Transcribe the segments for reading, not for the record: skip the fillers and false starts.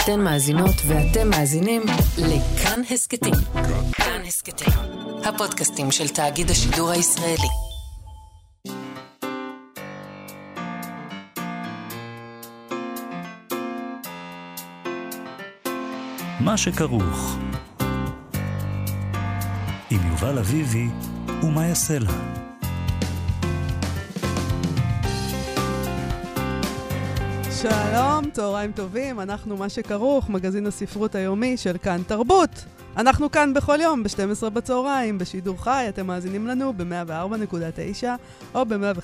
אתן מאזינות ואתם מאזינים לכאן הסקטים. כאן הסקטים, הפודקאסטים של תאגיד השידור הישראלי. מה שכרוך עם יובל אביבי ומה יעשה לה. שלום, צהריים טובים, אנחנו מה שכרוך, מגזין הספרות היומי של כאן תרבות. אנחנו כאן בכל יום, ב-12 בצהריים, בשידור חי, אתם מאזינים לנו ב-104.9 או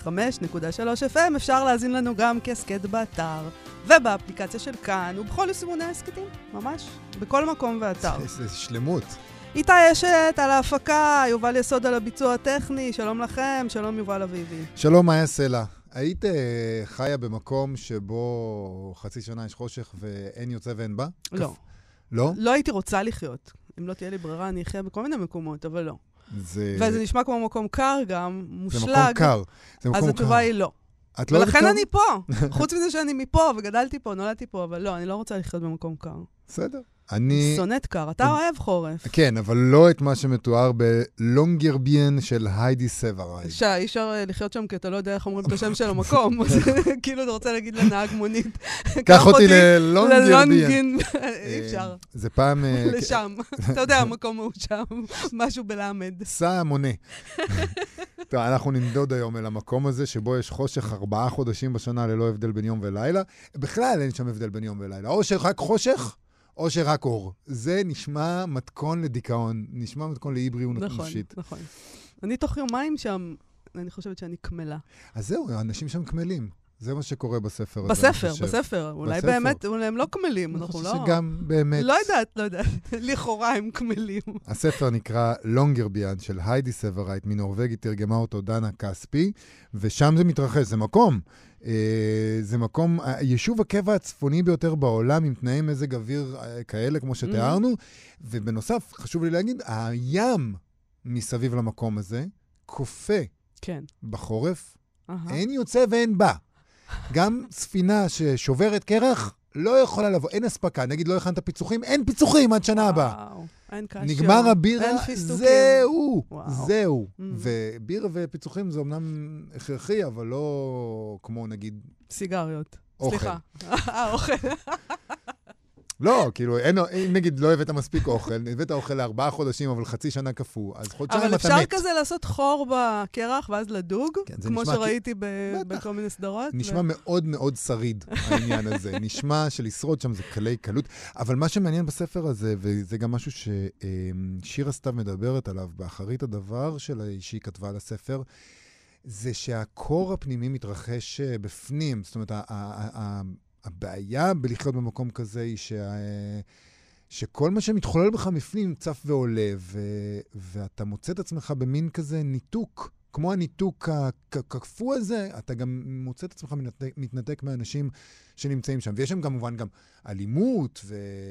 ב-105.3 FM, אפשר להאזין לנו גם כסקט באתר ובאפליקציה של כאן ובכל יישומוני הסקטים, ממש, בכל מקום ואתר. זה שלמות. איתי אשת על ההפקה, יובל יסוד על הביצוע הטכני, שלום לכם, שלום יובל אביבי. שלום, מה יעשה לה? היית חיה במקום שבו חצי שנה יש חושך ואין יוצא ואין בא? לא. לא? לא הייתי רוצה לחיות. אם לא תהיה לי ברירה, אני אחיה בכל מיני מקומות, אבל לא. וזה נשמע כמו מקום קר גם, מושלג. זה מקום קר. אז התשובה היא לא. את לא ולכן אני פה. חוץ מזה שאני מפה וגדלתי פה, נולדתי פה, אבל לא, אני לא רוצה לחיות במקום קר. בסדר. אני שונאת קר. אתה אוהב חורף. כן, אבל לא את מה שמתואר בלונגרביין של היידי סברייד. אי אפשר לחיות שם כי אתה לא יודע איך אומרים את השם של המקום. כאילו אתה רוצה להגיד לנהג מונית. קח אותי ללונגרביין. אי אפשר. זה פעם... לשם. אתה יודע, המקום הוא שם. משהו בלמד. סע מונה. טוב, אנחנו נמדוד היום אל המקום הזה, שבו יש חושך 4 חודשים בשנה ללא הבדל בין יום ולילה. בכלל אין שם הבדל בין יום ולילה. או שרק חושך, או שרק אור. זה נשמע מתכון לדיכאון, נשמע מתכון לאי-בריאות נפשית. נכון, נכון. אני תוך יומיים שם, אני חושבת שאני כמלה. אז זהו, האנשים שם כמלים. זה מה שקורה בספר הזה. בספר. אולי באמת, אולי הם לא כמלים, אנחנו לא... אני חושב שגם באמת... לא יודעת. לכאורה הם כמלים. הספר נקרא לונגרביין של היידי סברייד, מנורווגית, תרגמה אותו דנה כספי, ושם זה מתרחש, זה מקום. זה מקום, יישוב הקבע הצפוני ביותר בעולם, עם תנאי מזג אוויר כאלה, כמו שתיארנו, ובנוסף, חשוב לי להגיד, הים מסביב למקום הזה, קופה בחורף, אין יוצא ואין בא. גם ספינה ששוברת קרח, לא יכולה לבוא, אין הספקה. נגיד, לא הכנת פיצוחים, אין פיצוחים עד שנה הבאה. אין קשה. נגמר הבירה, זהו. ובירה ופיצוחים זה אמנם הכרחי, אבל לא כמו נגיד... סיגריות. אוכל. סליחה. אוכל. לא, כאילו, אם נגיד לא הבאת מספיק אוכל, הבאת אוכל ל4 חודשים, אבל חצי שנה קפוא, אז חודשיים אתה מת. אבל אפשר כזה לעשות חור בקרח, ואז לדוג, כמו שראיתי בכל מיני סדרות. נשמע מאוד מאוד שריד, העניין הזה. נשמע שלשרוד שם זה קלי קלות. אבל מה שמעניין בספר הזה, וזה גם משהו ששירה סתיו מדברת עליו, באחרית הדבר שהיא כתבה על הספר, זה שהקור הפנימי מתרחש בפנים. זאת אומרת, הבעיה בלחיות במקום כזה היא שכל מה שמתחולל בך מפנים צף ועולה, ואתה מוצא את עצמך במין כזה ניתוק, כמו הניתוק הכפוי הזה, אתה גם מוצא את עצמך מתנתק מהאנשים שנמצאים שם. ויש שם כמובן גם אלימות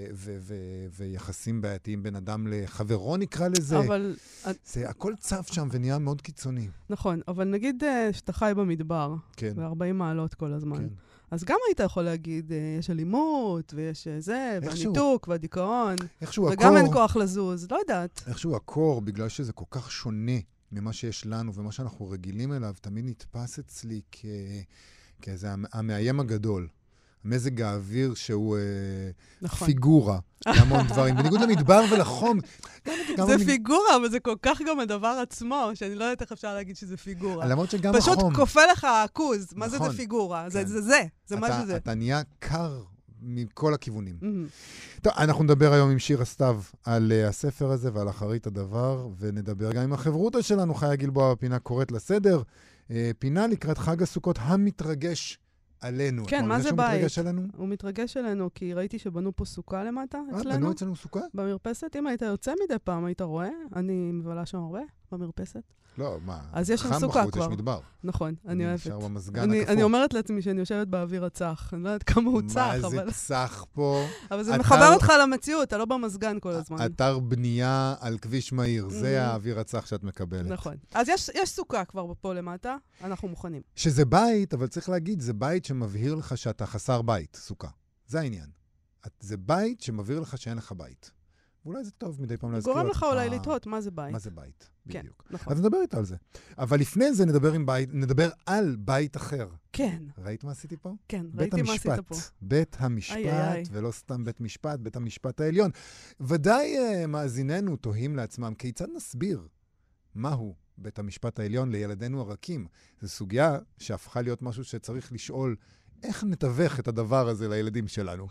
ויחסים בעייתיים בין אדם לחברו נקרא לזה. אבל... זה הכל צף שם ונהיה מאוד קיצוני. נכון, אבל נגיד שאתה חי במדבר, ו40 מעלות כל הזמן. כן. אז גם היית יכול להגיד, יש אלימות, ויש זה, והניתוק, והדיכאון, וגם אין כוח לזוז, לא יודעת. איכשהו הקור, בגלל שזה כל כך שונה ממה שיש לנו, ומה שאנחנו רגילים אליו, תמיד נתפס אצלי כאיזה המאיים הגדול. מזג האוויר שהוא פיגורה, להמון דברים. בניגוד למדבר ולחום. זה פיגורה, אבל זה כל כך גם הדבר עצמו, שאני לא יודעת איך אפשר להגיד שזה פיגורה. למרות שגם החום. פשוט כופה לך עכוז. מה זה פיגורה? זה מה שזה. אתה נהיה קר מכל הכיוונים. טוב, אנחנו נדבר היום עם שירה סתיו על הספר הזה ועל אחרית הדבר, ונדבר גם עם החברותה שלנו, חיה גלבוע, פינה קוראת לסדר. פינה לקראת חג הסוכות המתרגש עלינו. כן, מה זה בית? הוא מתרגש עלינו, כי ראיתי שבנו פה סוכה למטה אצלנו. בנו אצלנו סוכה? במרפסת. אם היית יוצא מדי פעם, היית רואה? אני מבלה שם הרבה במרפסת. לא, מה? אז יש שם סוכה כבר. יש מדבר. נכון, אני אוהבת. נשאר במזגן הקפוא. אני אומרת לעצמי שאני יושבת באוויר הצח. אני לא יודעת כמה הוא צח, אבל... מה זה צח פה? אבל זה מחבר אותך למציאות, אתה לא במזגן כל הזמן. אתר בנייה על כביש מהיר, זה האוויר הצח שאת מקבלת. נכון. אז יש סוכה כבר פה למטה, אנחנו מוכנים. שזה בית, אבל צריך להגיד, זה בית שמבהיר לך שאתה חסר בית, סוכה. זה העניין. זה בית שמבהיר לך שאין לך בית. ואולי זה טוב מדי פעם להזכיר גורם לך אולי לתהות, מה זה בית? מה זה בית, בדיוק. כן, נכון. אז נדבר איתה על זה. אבל לפני זה נדבר על בית אחר. כן. ראית מה עשיתי פה? כן, ראיתי מה עשית פה. בית המשפט, ולא סתם בית משפט, בית המשפט העליון. ודאי מאזיננו תוהים לעצמם, כיצד נסביר מהו בית המשפט העליון לילדינו הרכים? זו סוגיה שהפכה להיות משהו שצריך לשאול, איך נתווך את הדבר הזה לילדים שלנו?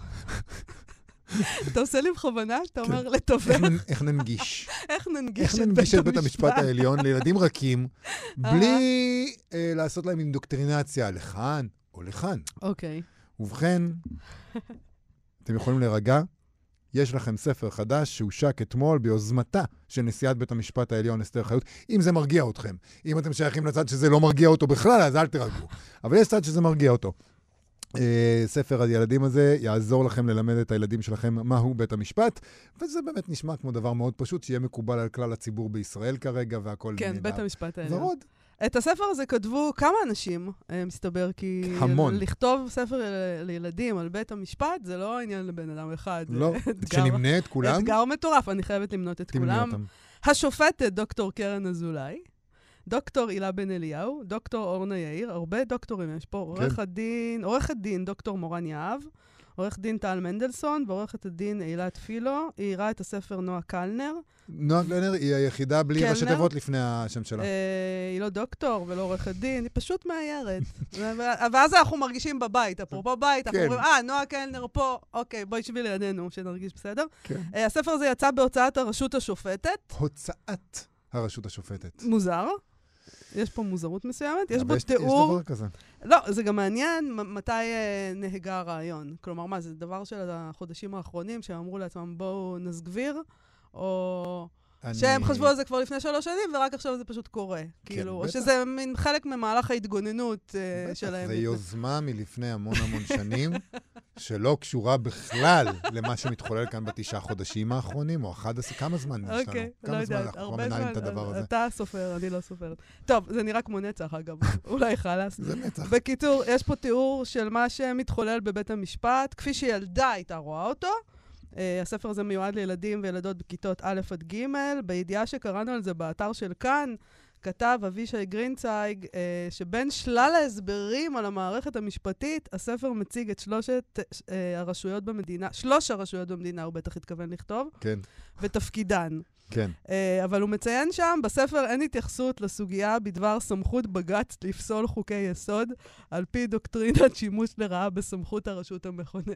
אתה עושה לי בכוונה? אתה אומר לתווך? איך ננגיש? איך ננגיש את בית המשפט העליון לילדים רכים, בלי לעשות להם אינדוקטרינציה לכאן או לכאן. אוקיי. ובכן, אתם יכולים להירגע, יש לכם ספר חדש שהושק אתמול ביוזמתה של נשיאת בית המשפט העליון אסתר חיות, אם זה מרגיע אתכם. אם אתם שייכים לצד שזה לא מרגיע אותו בכלל, אז אל תרגעו. אבל יש צד שזה מרגיע אותו. ספר הילדים הזה יעזור לכם ללמד את הילדים שלכם מהו בית המשפט, וזה באמת נשמע כמו דבר מאוד פשוט, שיהיה מקובל על כלל הציבור בישראל כרגע, והכל כן, בית המשפט העליון. ועוד. את הספר הזה כתבו כמה אנשים, מסתבר, כי המון. לכתוב ספר לילדים על בית המשפט, זה לא עניין לבן אדם אחד. לא, שנמנה את כולם? אתגר מטורף, אני חייבת למנות את כולם. אותם. השופטת דוקטור קרן אזולאי, דוקטור הילה בן אליהו, דוקטור אורנה יאיר, הרבה דוקטורים יש פה, עורכת דין דוקטור מורן יהב, עורך דין טל מנדלסון, ועורכת הדין אילת פילו, היא עירה את הספר נועה קלנר. נועה קלנר היא היחידה בלי ראשי תיבות לפני השם שלה. היא לא דוקטור ולא עורכת דין, היא פשוט מאיירת. ואז אנחנו מרגישים בבית, אפרופו בית, אנחנו אומרים, נועה קלנר פה, אוקיי, בואי שבי לידינו, שנרגיש בסדר. הספר הזה יצא בהוצאת הרשות השופטת. הוצאת הרשות השופטת. מוזר. יש פה מוזרות מסוימת, יש בו יש תיאור... דבר כזה. לא, זה גם מעניין מתי נהגה הרעיון. כלומר, מה, זה דבר של החודשים האחרונים, שהם אמרו לעצמם, בואו נסגביר, או שהם חשבו על זה כבר לפני 3 שנים, ורק עכשיו זה פשוט קורה. כאילו, או שזה מין חלק ממהלך ההתגוננות שלהם. זה יוזמה מלפני המון שנים, שלא קשורה בכלל למה שמתחולל כאן ב9 חודשים האחרונים, או 11, כמה זמן יש לנו? אוקיי, לא יודעת, הרבה זמן, הזה? אתה סופר, אני לא סופרת. טוב, זה נראה כמו נצח, אגב, אולי חלס. זה נצח. בקיצור, יש פה תיאור של מה שמתחולל בבית המשפט, כפי שילדה הייתה רואה אותו. הספר הזה מיועד לילדים וילדות בכיתות א' עד ג', בידיעה שקראנו על זה באתר של כאן, כתב אבישי גרינצייג, שבין שלל ההסברים על המערכת המשפטית, הספר מציג את 3 הרשויות במדינה, הוא בטח התכוון לכתוב, כן. ותפקידן. כן. אבל הוא מציין שם, בספר אין התייחסות לסוגיה בדבר סמכות בג"ץ לפסול חוקי יסוד, על פי דוקטרינת שימוש לרעה בסמכות הרשות המכונן.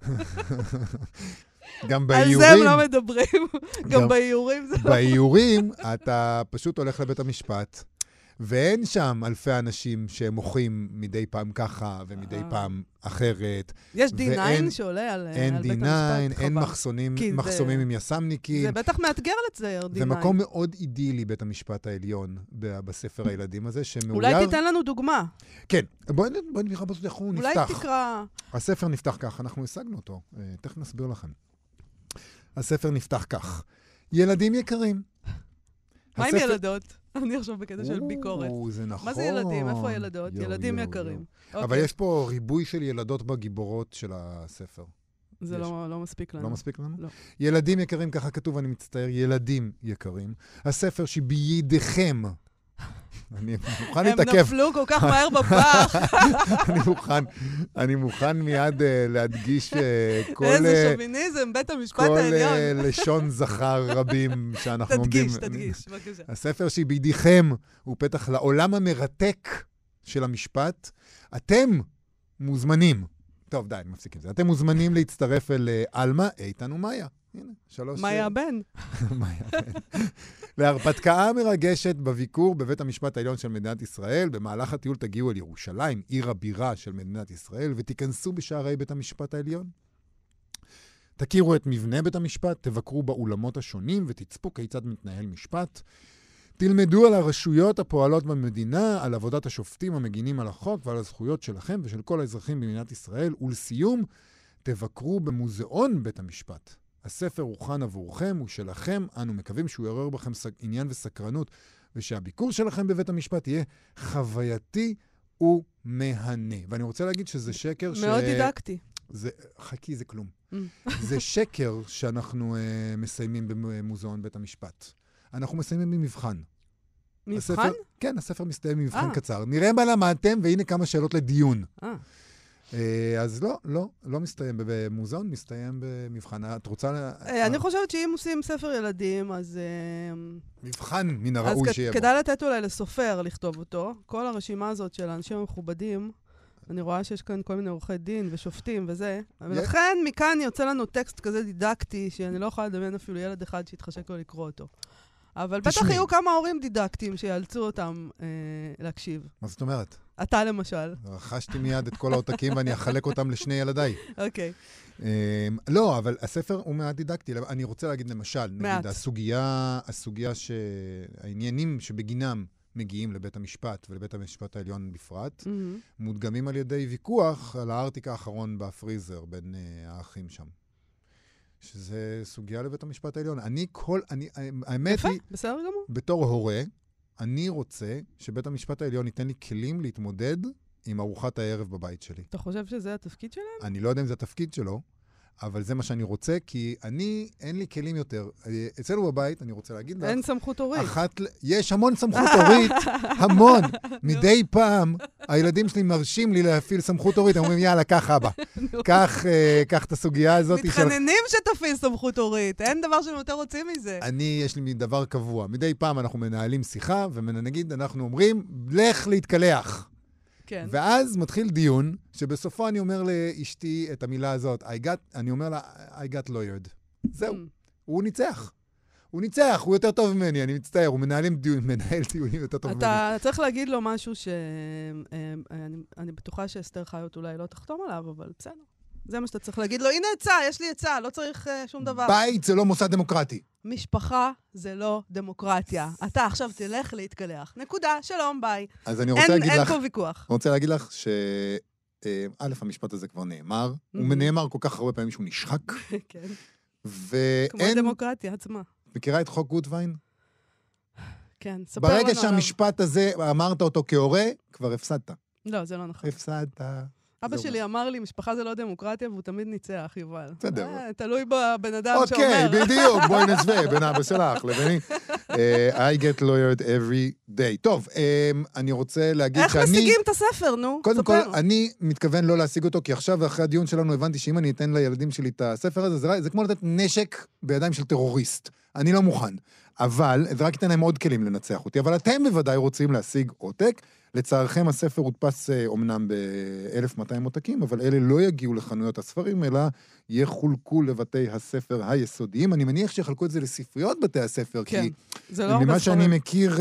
גם באיורים... על זה הם לא מדברים. גם באיורים זה לא... באיורים אתה פשוט הולך לבית המשפט, ואין שם אלפי אנשים שמוחים מדי פעם ככה ומדי פעם אחרת. יש D9 שעולה על בית המשפט. אין D9, אין מחסומים עם יסמניקים. זה בטח מאתגר לצייר D9. זה מקום מאוד אידילי, בית המשפט העליון, בספר הילדים הזה, שמאויר... אולי תיתן לנו דוגמה. כן, בואי נראה בזה איך הוא נפתח. אולי תקרא... הספר נפתח כך, אנחנו השגנו אותו. תכף נסביר לכם. הספר נפתח כך. ילדים יקרים. מה עם ילדות? אני עכשיו בקטע של ביקורת. זה נכון. מה זה ילדים? איפה הילדות? ילדים יקרים. אבל יש פה ריבוי של ילדות בגיבורות של הספר. זה לא מספיק לנו. לא מספיק לנו? לא. ילדים יקרים, ככה כתוב, אני מצטער, ילדים יקרים. הספר שבידיכם, אני מוכן להתעכב. הם נפלו כל כך מהר בפח. אני מוכן מיד להדגיש כל... איזה שוביניזם, בית המשפט העליון. כל לשון זכר רבים שאנחנו עומדים... תדגיש, בבקשה. הספר שבידיכם הוא פתח לעולם המרתק של המשפט. אתם מוזמנים. טוב, די, אני מפסיק עם זה. אתם מוזמנים להצטרף אל אלמה, איתן ומאיה. הנה, 3... מאיה הבן. מאיה הבן. להרפתקה מרגשת בביקור בבית המשפט העליון של מדינת ישראל. במהלך הטיול תגיעו אל ירושלים, עיר הבירה של מדינת ישראל, ותיכנסו בשערי בית המשפט העליון. תכירו את מבנה בית המשפט, תבקרו באולמות השונים ותצפו כיצד מתנהל משפט. תלמדו על הרשויות הפועלות במדינה, על עבודת השופטים המגינים על החוק ועל הזכויות שלכם ושל כל האזרחים במדינת ישראל. ולסיום, תבקרו במוזיאון בית המשפט. הספר הוכן עבורכם ושלכם. אנו מקווים שהוא יעורר בכם עניין וסקרנות, ושהביקור שלכם בבית המשפט יהיה חווייתי ומהנה. ואני רוצה להגיד שזה שקר מאוד דידקטי. חכי, זה כלום. זה שקר שאנחנו מסיימים במוזיאון בית המשפט. אנחנו מסיימים במבחן. מבחן? כן, הספר מסתיים במבחן קצר. נראה מה למדתם, והנה כמה שאלות לדיון. אז לא מסתיים במוזיאון, מסתיים במבחן. את רוצה... אני חושבת שאם עושים ספר ילדים, אז... מבחן מן הראוי שיהיה בו. אז כדאי לתת אולי לסופר לכתוב אותו. כל הרשימה הזאת של האנשים המכובדים, אני רואה שיש כאן כל מיני עורכי דין ושופטים וזה. ולכן מכאן יוצא לנו טקסט כזה דידקטי, שאני לא יכולה לדמיין אפילו ילד אחד שיתחשק לו לקרוא אותו. אבל בטח יהיו כמה הורים דידקטיים שיאלצו אותם להקשיב. מה זאת אומרת? אתה למשל. רכשתי מיד את כל העותקים ואני אחלק אותם לשני ילדיי. אוקיי. לא, אבל הספר הוא מעט דידקטי. אני רוצה להגיד למשל, נגיד, הסוגיה שהעניינים שבגינם מגיעים לבית המשפט ולבית המשפט העליון בפרט, מודגמים על ידי ויכוח על הארטיק האחרון בפריזר בין האחים שם. שזה סוגיה לבית המשפט העליון. האמת היא, בסדר גמור. בתור הורה, אני רוצה שבית המשפט העליון ייתן לי כלים להתמודד עם ארוחת הערב בבית שלי. אתה חושב שזה התפקיד שלנו? אני לא יודע אם זה התפקיד שלו, אבל זה מה שאני רוצה, כי אין לי כלים יותר. אצלנו בבית, אני רוצה להגיד לך... אין סמכות הורית. יש המון סמכות הורית, המון. מדי פעם, הילדים שלי מרשים לי להפעיל סמכות הורית, הם אומרים, יאללה, קח אבא. קח את הסוגיה הזאת. מתחננים שתפעיל סמכות הורית, אין דבר שהם יותר רוצים מזה. יש לי דבר קבוע. מדי פעם אנחנו מנהלים שיחה, ונגיד, אנחנו אומרים, לך להתקלח. כן. ואז מתחיל דיון, שבסופו אני אומר לאשתי את המילה הזאת, אני אומר לה, I got lawyered. זהו, הוא ניצח. הוא ניצח, הוא יותר טוב ממני, אני מצטער, הוא מנהל דיונים יותר טוב ממני. אתה צריך להגיד לו משהו שאני בטוחה שאסתר חיות אולי לא תחתום עליו, אבל בסדר. זה מה שאתה צריך להגיד לו, הנה עצה, יש לי עצה, לא צריך שום דבר. בית זה לא מוסד דמוקרטי. משפחה זה לא דמוקרטיה. אתה עכשיו תלך להתקלח. נקודה, שלום, ביי. אז אני רוצה להגיד לך... אין פה ויכוח. אני רוצה להגיד לך א', המשפט הזה כבר נאמר, הוא נאמר כל כך הרבה פעמים שהוא נשחק. כן. ואין... כמו דמוקרטיה עצמה. מכירה את חוק גוטווין? כן, ספר לנו עליו. ברגע שהמשפט הזה, אמרת אותו כהורה, כבר הפסדת. לא, זה לא נכון. הפסדת. אבא שלי אמר לי, משפחה זה לא דמוקרטיה, והוא תמיד ניצח, יובל. בסדר. תלוי בבן אדם שאומר. אוקיי, בדיוק, בואי נצווה, בין אבא שלך לביני. I get lawyered every day. טוב, אני רוצה להגיד שאני... איך משיגים את הספר, נו? קודם כל, אני מתכוון לא להשיג אותו, כי עכשיו ואחרי הדיון שלנו הבנתי שאם אני אתן לילדים שלי את הספר הזה, זה כמו לתת נשק בידיים של טרוריסט. אני לא מוכן. אבל, זה רק ייתן להם עוד כלים לנצח אותי, אבל אתם בוודאי רוצים להשיג עותק. לצערכם הספר הודפס אומנם ב-1200 עותקים, אבל אלה לא יגיעו לחנויות הספרים, אלא יחולקו לבתי הספר היסודיים. אני מניח שיחלקו את זה לספריות בתי הספר, כן, כי זה לא ממה שאני מכיר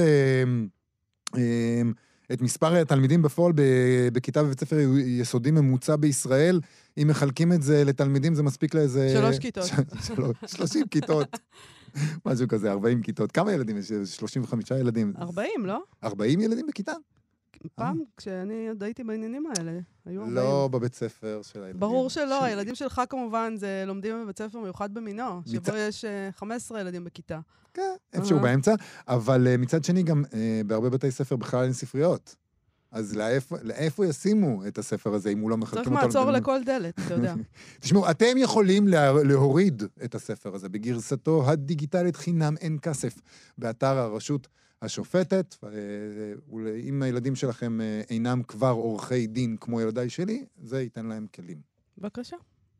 את מספר התלמידים בפועל בכיתה בבית ספר יסודי ממוצע בישראל, אם מחלקים את זה לתלמידים, זה מספיק לאיזה... 3 כיתות. 30 כיתות. משהו כזה, 40 כיתות. כמה ילדים יש? 35 ילדים. 40, לא? 40 ילדים בכיתה? פעם, כשאני עוד הייתי בעניינים האלה, היו 40. לא בבית ספר של הילדים. ברור שלא, הילדים שלך כמובן, זה לומדים בבית ספר מיוחד במינו, שבו יש 15 ילדים בכיתה. כן, איפשהו באמצע, אבל מצד שני גם בהרבה בתי ספר בכלל אין ספריות. אז לאיפה ישימו את הספר הזה, אם הוא לא מחלקים אותו? צריך מעצור לכל דלת, אתה יודע. תשמעו, אתם יכולים להוריד את הספר הזה בגרסתו הדיגיטלית חינם אין כסף, באתר הרשות השופטת, ואם הילדים שלכם אינם כבר עורכי דין כמו ילדיי שלי, זה ייתן להם כלים. בבקשה.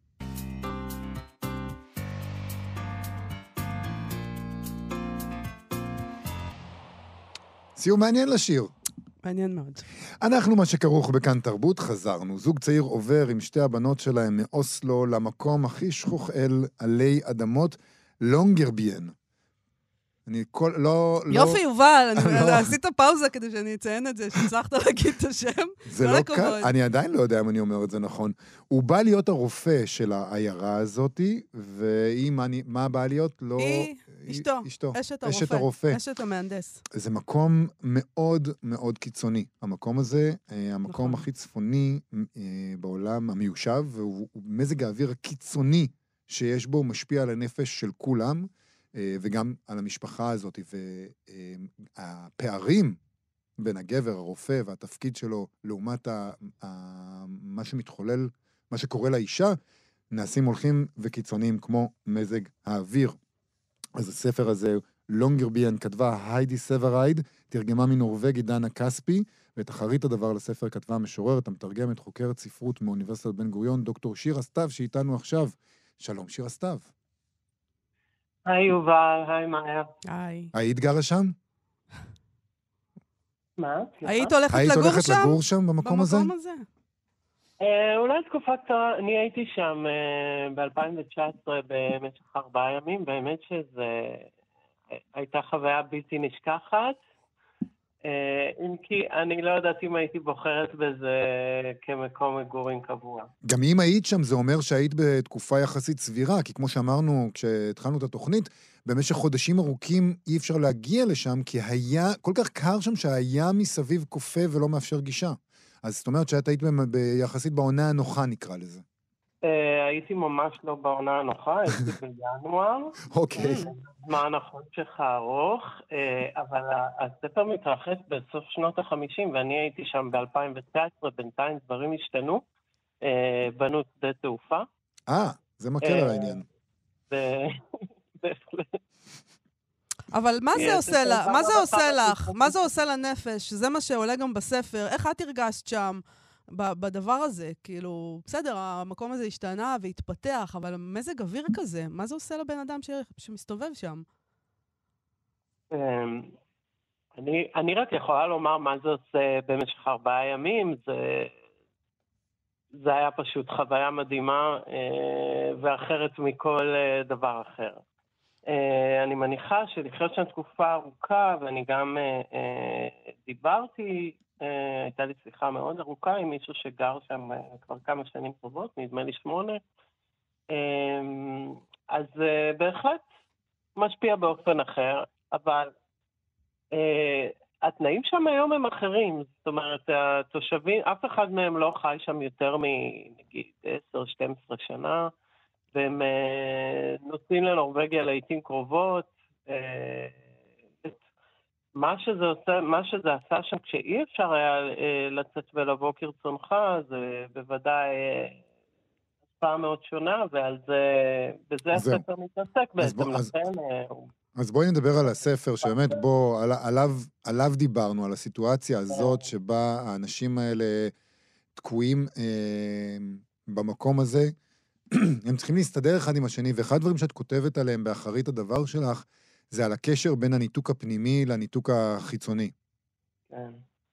סיום מעניין לשיר. מעניין מאוד. אנחנו מה שכרוך בכאן תרבות, חזרנו. זוג צעיר עובר עם שתי הבנות שלהם מאוסלו למקום הכי שכוח אל עלי אדמות, לונגרביין. יופי, יובל, עשית פאוזה כדי שאני אציין את זה, שהצלחת להגיד את השם. זה לא קל, אני עדיין לא יודע אם אני אומר את זה נכון. הוא בא להיות הרופא של העיירה הזאת, מה בא להיות? לא... אשתו, אשת הרופא, אשת המהנדס. זה מקום מאוד מאוד קיצוני. המקום הזה, המקום הכי צפוני בעולם המיושב, והוא מזג האוויר הקיצוני שיש בו, משפיע על הנפש של כולם, וגם על המשפחה הזאת, והפערים בין הגבר, הרופא והתפקיד שלו, לעומת מה שמתחולל מה שקורה לאישה, נעשים הולכים וקיצוניים כמו מזג האוויר. אז הספר הזה, לונגרביאן, כתבה היידי סברייד, תרגמה מנורווגי דנה כספי, ואת אחרית הדבר לספר כתבה המשוררת, המתרגמת, חוקרת ספרות מאוניברסיטת בן גוריון, דוקטור שירה סתיו, שאיתנו עכשיו. שלום, שירה סתיו. היי יובל, היי מאיה. היי. היית גרה שם? מה? היית הולכת היית לגור הולכת שם? לגור שם במקום הזה? במקום הזה. אולי תקופה קצרה, אני הייתי שם ב-2019 במשך 4 ימים, באמת שזה הייתה חוויה בלתי נשכחת, אם כי אני לא יודעת אם הייתי בוחרת בזה כמקום מגורים קבוע. גם אם היית שם, זה אומר שהיית בתקופה יחסית סבירה, כי כמו שאמרנו כשהתחלנו את התוכנית, במשך חודשים ארוכים אי אפשר להגיע לשם, כי היה כל כך קר שם שהיה מסביב קופה ולא מאפשר גישה. אז זאת אומרת שאת היית ביחסית בעונה הנוחה, נקרא לזה. הייתי ממש לא בעונה הנוחה, הייתי בינואר. אוקיי. זמן החודש ארוך, אבל הספר מתרחש בסוף שנות ה-50, ואני הייתי שם ב-2019, בינתיים דברים השתנו, בנו שדה תעופה. זה מקל על העניין. בהחלט. אבל מה זה עושה לך? מה זה עושה לך? מה זה עושה לנפש? זה מה שעולה גם בספר. איך את הרגשת שם בדבר הזה? כאילו, בסדר, המקום הזה השתנה והתפתח, אבל מזג אוויר כזה, מה זה עושה לבן אדם שמסתובב שם? אני רק יכולה לומר מה זה עושה במשך 4 ימים. זה היה פשוט חוויה מדהימה ואחרת מכל דבר אחר. אני מניחה שלחיות שם תקופה ארוכה, ואני גם דיברתי, הייתה לי שיחה מאוד ארוכה עם מישהו שגר שם כבר כמה שנים טובות, נדמה לי 8, אז בהחלט משפיע באופן אחר, אבל התנאים שם היום הם אחרים, זאת אומרת, התושבים, אף אחד מהם לא חי שם יותר מנגיד 10-12 שנה, והם נוסעים לנורווגיה לעתים קרובות. מה שזה עשה שם, כשאי אפשר היה לצאת ולבוא כרצונך, זה בוודאי השפעה מאוד שונה, בזה הספר מתעסק בעצם. אז בואי נדבר על הספר, שבאמת עליו דיברנו, על הסיטואציה הזאת, שבה האנשים האלה תקועים במקום הזה, הם צריכים להסתדר אחד עם השני, ואחד הדברים שאת כותבת עליהם באחרית הדבר שלך, זה על הקשר בין הניתוק הפנימי לניתוק החיצוני. כן.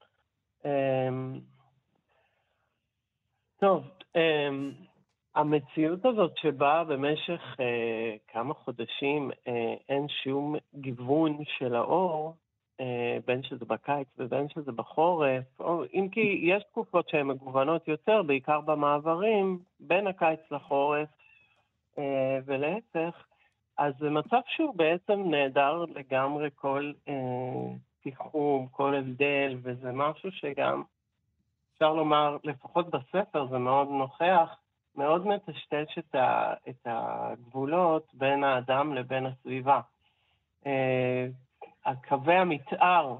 טוב, המציאות הזאת שבה במשך כמה חודשים אין שום גיוון של האור, בין שזה בקיץ ובין שזה בחורף, אם כי יש תקופות שהן מגוונות יותר, בעיקר במעברים, בין הקיץ לחורף ולהפך, אז זה מצב שהוא בעצם נהדר לגמרי כל תיחום, כל הבדל, וזה משהו שגם אפשר לומר, לפחות בספר זה מאוד נוכח, מאוד מטשטש את הגבולות בין האדם לבין הסביבה. הקווי המתאר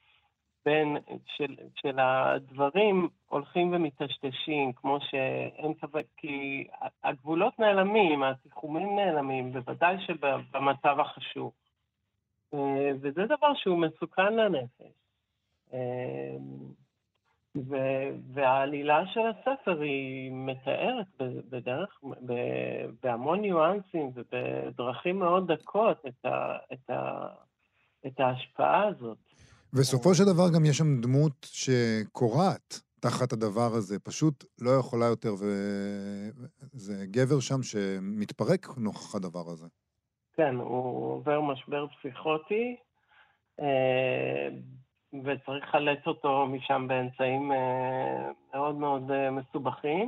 של הדברים הולכים ומטשטשים, כמו שאין קווי, כי הגבולות נעלמים, התיחומים נעלמים, בוודאי שבמצב החשוב. וזה דבר שהוא מסוכן לנפש. והעלילה של הספר היא מתארת בהמון ניואנסים ובדרכים מאוד דקות את ההשפעה הזאת. וסופו של דבר גם יש שם דמות שקורעת תחת הדבר הזה, פשוט לא יכולה יותר, וזה גבר שם שמתפרק נוכח הדבר הזה. כן, הוא עובר משבר פסיכוטי, וצריך לחלץ אותו משם באמצעים מאוד מאוד מסובכים.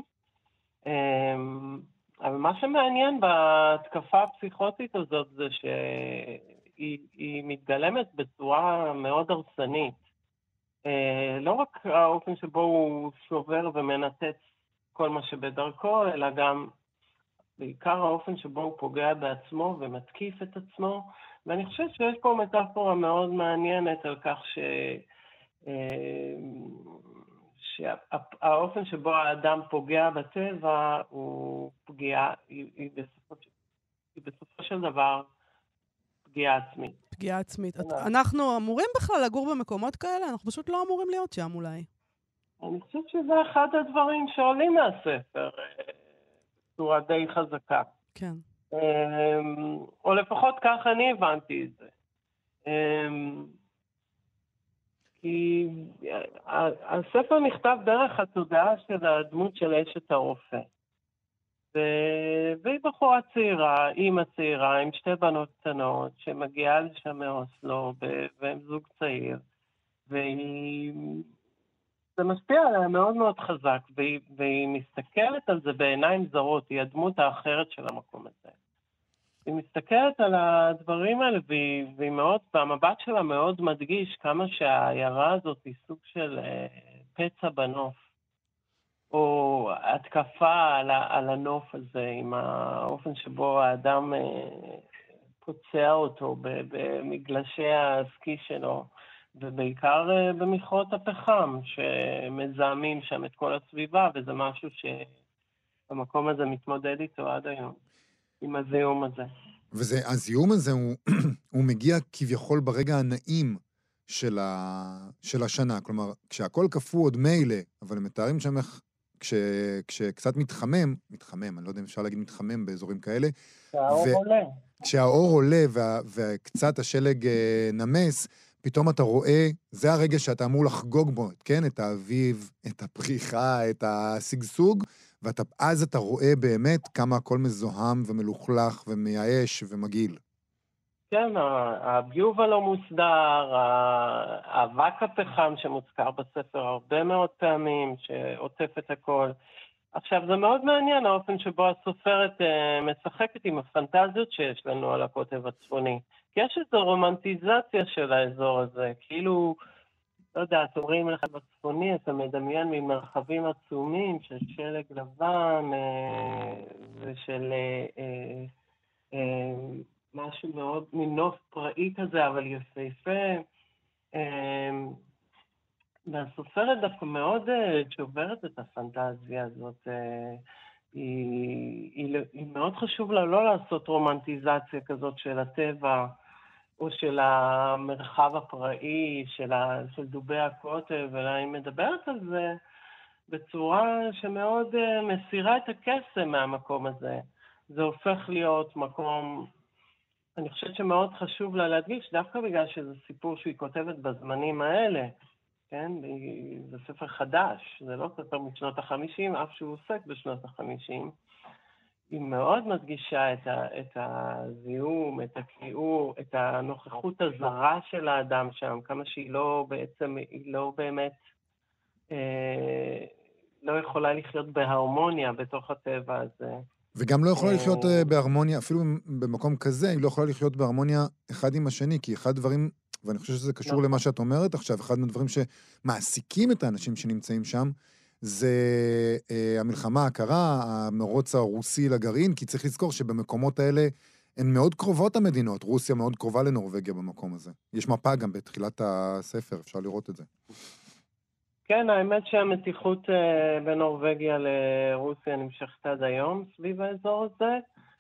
אבל מה שמעניין בהתקפה הפסיכוטית הזאת זה שהיא מתגלמת בצורה מאוד הרסנית. לא רק האופן שבו הוא שובר ומנתץ כל מה שבדרכו, אלא גם בעיקר האופן שבו הוא פוגע בעצמו ומתקיף את עצמו. ואני חושבת שיש פה מטאפורה מאוד מעניינת על כך שהאופן שבו האדם פוגע בטבע הוא פגיעה, היא בסופו של דבר פגיעה עצמית. פגיעה עצמית. אנחנו אמורים בכלל לגור במקומות כאלה? אנחנו פשוט לא אמורים להיות שם אולי. אני חושבת שזה אחד הדברים שעולים מהספר, בצורה די חזקה. כן. או לפחות כך אני הבנתי את זה. כי הספר נכתב דרך התודעה של הדמות של אשת הרופא. והיא בחורה צעירה, אימא צעירה, עם שתי בנות קטנות, שמגיעה לשם מאוסלו, והם זוג צעיר. זה משפיע עליה מאוד מאוד חזק, והיא מסתכלת על זה בעיניים זרות, היא הדמות האחרת של המקום הזה. היא מסתכלת על הדברים האלה, והיא מאוד, והמבט שלה מאוד מדגיש כמה שהעיירה הזאת היא סוג של פצע בנוף, או התקפה על הנוף הזה, עם האופן שבו האדם פוצע אותו במגלשי הסקי שלו, ובעיקר במכרות הפחם, שמזהמים שם את כל הסביבה, וזה משהו שהמקום הזה מתמודד איתו עד היום, עם הזיהום הזה. והזיהום הזה הוא מגיע כביכול ברגע הנעים של השנה. כלומר, כשהכל קפוא עוד מילא, אבל הם מתארים שם איך כשקצת מתחמם, אני לא יודע אם אפשר להגיד מתחמם באזורים כאלה. כשהאור עולה. כשהאור עולה וקצת השלג נמס, פתאום אתה רואה, זה הרגע שאתה אמור לחגוג בו, כן? את האביב, את הפריחה, את הסגסוג, ואז אתה רואה באמת כמה הכל מזוהם ומלוכלך ומייאש ומגעיל. כן, הביוב הלא מוסדר, האבק הפחם שמוזכר בספר הרבה מאוד פעמים, שעוטף את הכל. עכשיו, זה מאוד מעניין האופן שבו הסופרת משחקת עם הפנטזיות שיש לנו על הקוטב הצפוני. כי יש איזו רומנטיזציה של האזור הזה, כאילו, לא יודע, אתם רואים לך בצפוני, אתה מדמיין ממרחבים עצומים של שלג לבן ושל משהו מאוד מנוף פראי כזה, אבל יפהפה. והסופרת דווקא מאוד שוברת את הפנטזיה הזאת. היא מאוד חשוב לה לא לעשות רומנטיזציה כזאת של הטבע, או של המרחב הפראי, של דובי הקוטב, אלא היא מדברת על זה בצורה שמאוד מסירה את הקסם מהמקום הזה. זה הופך להיות מקום, אני חושבת שמאוד חשוב לה להדגיש, דווקא בגלל שזה סיפור שהיא כותבת בזמנים האלה, כן? זה ספר חדש, זה לא ספר משנות ה-50, אף שהוא עוסק בשנות ה-50. היא מאוד מדגישה את הזיהום, את הכיעור, את הנוכחות הזרה של האדם שם, כמה שהיא לא בעצם, היא לא באמת, לא יכולה לחיות בהרמוניה בתוך הטבע הזה. וגם לא יכולה לחיות בהרמוניה, אפילו במקום כזה, היא לא יכולה לחיות בהרמוניה אחד עם השני, כי אחד דברים, ואני חושב שזה קשור למה שאת אומרת עכשיו, אחד מהדברים שמעסיקים את האנשים שנמצאים שם, זה המלחמה הקרה, המרוץ הרוסי לגרעין, כי צריך לזכור שבמקומות האלה הן מאוד קרובות המדינות, רוסיה מאוד קרובה לנורווגיה במקום הזה. יש מפה גם בתחילת הספר, אפשר לראות את זה. כן, האמת שהמתיחות בין נורווגיה לרוסיה נמשכת עד היום סביב האזור הזה,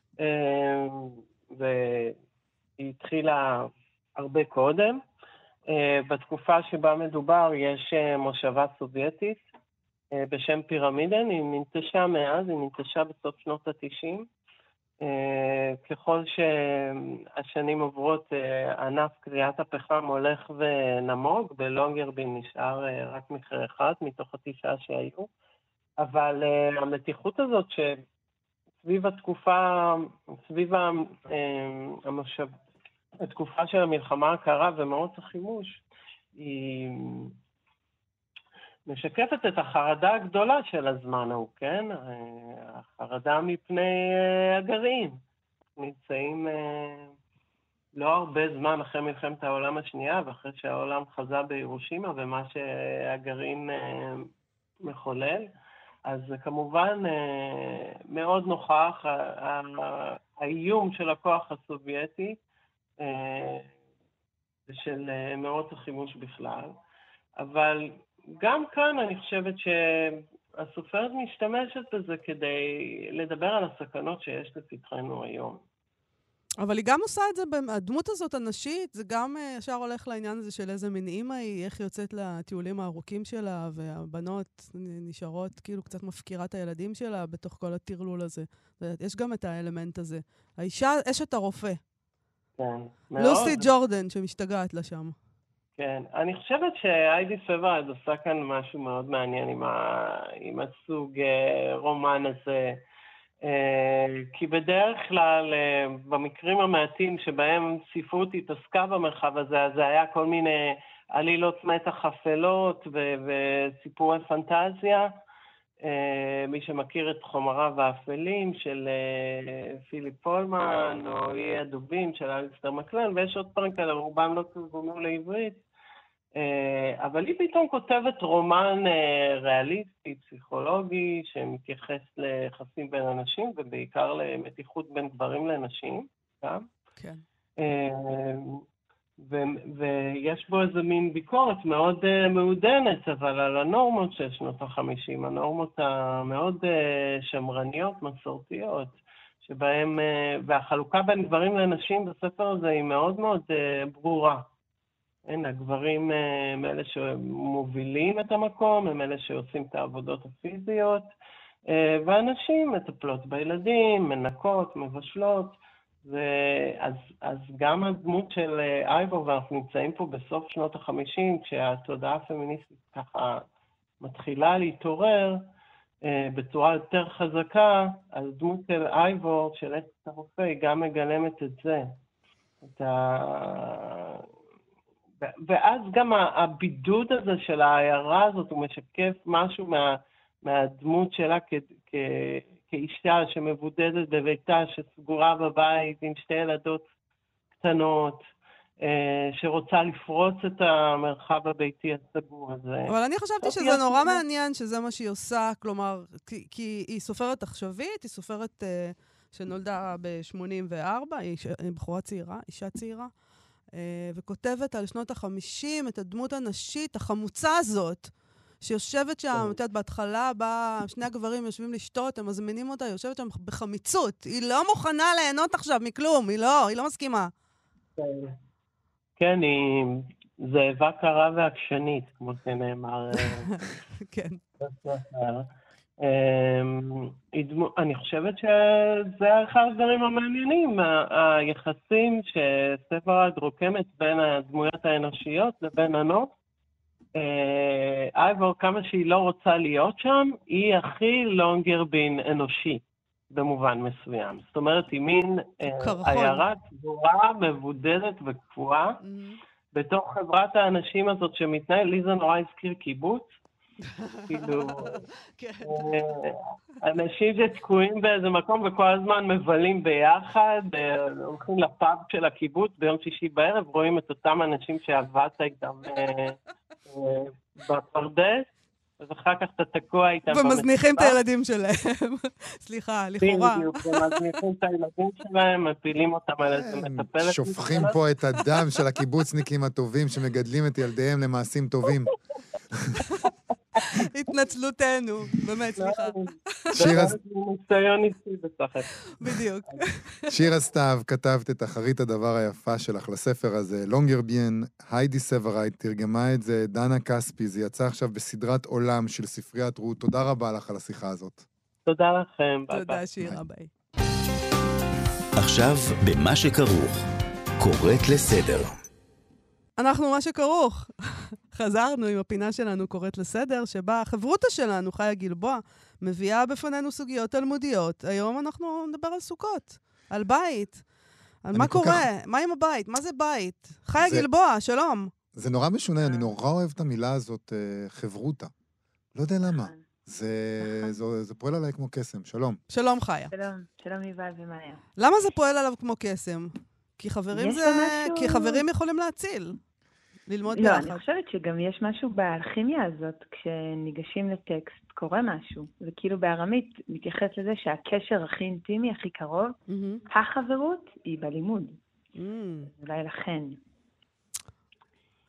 והיא התחילה הרבה קודם. בתקופה שבה מדובר יש מושבה סובייטית בשם פירמידן, היא ננטשה מאז, היא ננטשה בסוף שנות ה-90. ככל שהשנים עוברות, ענף קריאת הפחם הולך ונמוג, בלונגרבין נשאר רק מכרה אחד מתוך 9 שהיו, אבל המתיחות הזאת שסביב התקופה, סביב התקופה של המלחמה הקרה ומרוץ החימוש, היא משקפת את החרדה הגדולה של הזמן ההוא, כן? החרדה מפני הגרעין. נמצאים לא הרבה זמן אחרי מלחמת העולם השנייה, ואחרי שהעולם חזה בירושימה ומה שהגרעין מחולל, אז כמובן מאוד נוכח האיום של הכוח הסובייטי ושל מרוץ החימוש בכלל. אבל גם כאן אני חושבת שהסופרת משתמשת בזה כדי לדבר על הסכנות שיש לפתחנו היום. אבל היא גם עושה את זה, הדמות הזאת הנשית, זה גם ישר הולך לעניין הזה של איזה מין אימא היא, איך היא יוצאת לטיולים הארוכים שלה, והבנות נשארות כאילו קצת מפקירה את הילדים שלה בתוך כל הטרלול הזה. יש גם את האלמנט הזה. האישה, אשת הרופא. כן, מאוד. לוסי ג'ורדן שמשתגעת לה שם. כן, אני חושבת שהיידי סברד עושה כאן משהו מאוד מעניין עם הסוג רומן הזה. כי בדרך כלל, במקרים המעטים שבהם ספרות התעסקה במרחב הזה, אז זה היה כל מיני עלילות מתח אפלות וסיפורי פנטזיה. מי שמכיר את חומריו האפלים של פיליפ פולמן, או אי הדובים של אליסטר מקלן, ויש עוד דברים כאלה, רובם לא תורגמו לעברית. אבל היא פתאום כותבת רומן ריאליסטי, פסיכולוגי, שמתייחס ליחסים בין אנשים, ובעיקר למתיחות בין גברים לנשים. כן. ויש בו איזה מין ביקורת מאוד מעודנת, אבל על הנורמות של שנות ה-50, הנורמות המאוד שמרניות, מסורתיות, שבהם, והחלוקה בין גברים לנשים בספר הזה היא מאוד מאוד ברורה. הגברים הם אלה שמובילים את המקום, הם אלה שעושים את העבודות הפיזיות, והנשים מטפלות בילדים, מנקות, מבשלות, אז גם הדמות של אייבור, ואנחנו נמצאים פה בסוף שנות ה-50, כשהתודעה הפמיניסטית ככה מתחילה להתעורר בצורה יותר חזקה, אז דמות של אייבור, של אשת הרופא, היא גם מגלמת את זה. ואז גם הבידוד הזה של העיירה הזאת, הוא משקף משהו מהדמות שלה כאישה שמבודדת בביתה, שסגורה בבית עם שתי ילדות קטנות, שרוצה לפרוץ את המרחב הביתי הסגור הזה. אבל אני חשבתי שזה נורא מעניין שזה מה שהיא עושה, כלומר, כי היא סופרת עכשווית, היא סופרת שנולדה ב-84, היא בחורה צעירה, אישה צעירה, וכותבת על שנות ה-50 את הדמות הנשית, החמוצה הזאת, שיושבת שם, את יודעת, בהתחלה שני הגברים יושבים לשתות, הם מזמינים אותה, היא יושבת שם בחמיצות. היא לא מוכנה ליהנות עכשיו מכלום, היא לא מסכימה. כן, זאבה קרה ועקשנית, כמו שנאמר. כן. אני חושבת שזה אחד הדברים המעניינים, היחסים שספרד רוקמת בין הדמויות האנושיות לבין הנוף. אייבור, כמה שהיא לא רוצה להיות שם, היא הכי לונגרבין אנושי, במובן מסוים. זאת אומרת, היא מין עיירה סגורה, מבודדת וקפואה, בתוך חברת האנשים הזאת שמתנהל, לי זה נורא הזכיר קיבוץ, כאילו, אנשים שתקועים באיזה מקום וכל הזמן מבלים ביחד, הולכים לפאב של הקיבוץ ביום שישי בערב, רואים את אותם אנשים שעבדת איתם בפרדס, אז אחר כך אתה תקוע איתם במצפה. ומזניחים את הילדים שלהם. סליחה, לכאורה. בדיוק, ומזניחים את הילדים שלהם, מפילים אותם על איזה מטפלת. שופכים פה את הדם של הקיבוצניקים הטובים שמגדלים את ילדיהם למעשים טובים. התנצלותנו, באמת, סליחה. ניסיון איתי בסך. בדיוק. שירה סתיו, כתבת את אחרית הדבר היפה שלך לספר הזה, לונגרביין, היידי סברייט, תרגמה את זה, דנה כספי, זה יצא עכשיו בסדרת עולם של ספריית רות. תודה רבה לך על השיחה הזאת. תודה לכם. תודה שירה, ביי. עכשיו, במה שכרוך, קוראת לסדר. אנחנו מה שכרוך. חזרנו עם הפינה שלנו קוראת לסדר, שבה החברותה שלנו, חיה גלבוע, מביאה בפנינו סוגיות תלמודיות. היום אנחנו נדבר על סוכות, על בית, על מה קורה, מה עם הבית, מה זה בית. חיה גלבוע, שלום. זה נורא משונה, אני נורא אוהב את המילה הזאת, חברותה. לא יודע למה. זה פועל עליי כמו קסם. שלום. שלום, חיה. שלום יובל ומאיה. למה זה פועל עליו כמו קסם? כי חברים יכולים להציל. ללמוד ביחד. לא, אני חושבת שגם יש משהו באלכימיה הזאת, כשניגשים לטקסט, קורה משהו. וכאילו בארמית מתייחס לזה שהקשר הכי אינטימי, הכי קרוב, החברות היא בלימוד. אולי לכן.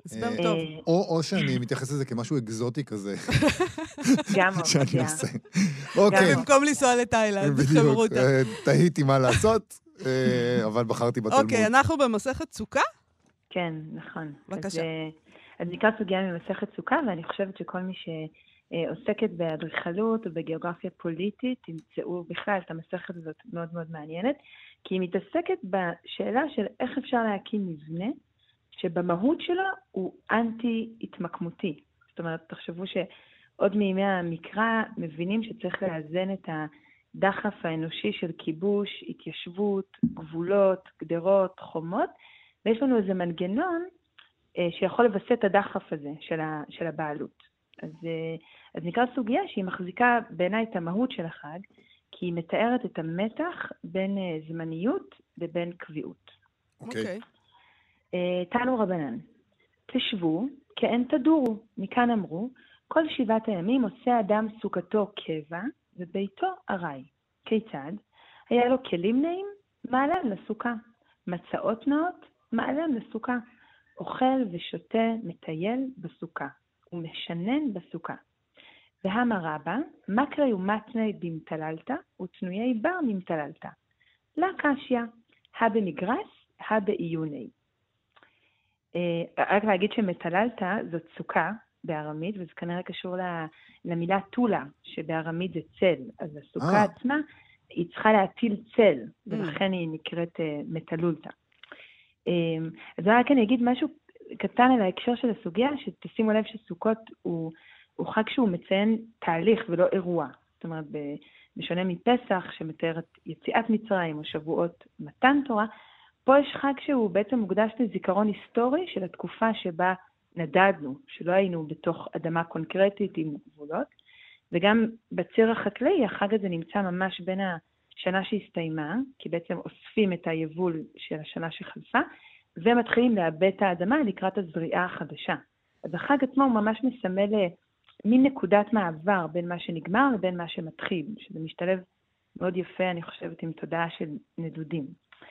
הסבר טוב. או שאני מתייחס לזה כמשהו אקזוטי כזה. גם שאני אופציה. עושה. אוקיי. במקום לנסוע לתאילנד, בדיוק. חברותה. תהיתי מה לעשות, אבל בחרתי בתלמוד. אוקיי, אנחנו במסכת סוכה? כן, נכון. בבקשה. אז נקרא סוגיה ממסכת סוכה, ואני חושבת שכל מי שעוסקת באדריכלות או בגיאוגרפיה פוליטית, תמצאו בכלל את המסכת הזאת מאוד מאוד מעניינת, כי היא מתעסקת בשאלה של איך אפשר להקים מבנה, שבמהות שלו הוא אנטי-התמקמותי. זאת אומרת, תחשבו שעוד מימי המקרא מבינים שצריך לאזן את הדחף האנושי של כיבוש, התיישבות, גבולות, גדרות, חומות, ויש לנו איזה מנגנון שיכול לבסט את הדחף הזה של הבעלות. אז נקרא סוגיה שהיא מחזיקה בעיניי את המהות של החג, כי היא מתארת את המתח בין זמניות לבין קביעות. אוקיי. תנו רבנן, תשבו כאין תדורו, מכאן אמרו, כל 7 הימים עושה אדם סוכתו קבע וביתו ארעי. כיצד? היה לו כלים נעים, מעלם לסוכה. מצאות נאות, מעלם לסוכה. אוכל ושותה, מטייל בסוכה. ומשנן בסוכה. והמה רבה, מקרי ומתני במתללת, ותנויי בר ממתללת. לה קשיא, במגרס, בעיוני. רק להגיד שמתללת זאת סוכה בארמית, וזה כנראה קשור למילה טולה, שבארמית זה צל. אז הסוכה עצמה, היא צריכה להטיל צל, ולכן היא נקראת מתלולתא. אז רק אני אגיד משהו קטן על ההקשר של הסוגיה, שתשימו לב שסוכות הוא חג שהוא מציין תהליך ולא אירוע. זאת אומרת, בשונה מפסח, שמתאר את יציאת מצרים או שבועות מתן תורה, פה יש חג שהוא בעצם מוקדש לזיכרון היסטורי של התקופה שבה נדדנו, שלא היינו בתוך אדמה קונקרטית עם גבולות, וגם בציר החקלאי החג הזה נמצא ממש בין השנה שהסתיימה, כי בעצם אוספים את היבול של השנה שחלפה, ומתחילים לאבד את האדמה לקראת הזריעה החדשה. אז החג עצמו הוא ממש מסמל מין נקודת מעבר בין מה שנגמר לבין מה שמתחיל, שזה משתלב מאוד יפה, אני חושבת, עם תודעה של נדודים.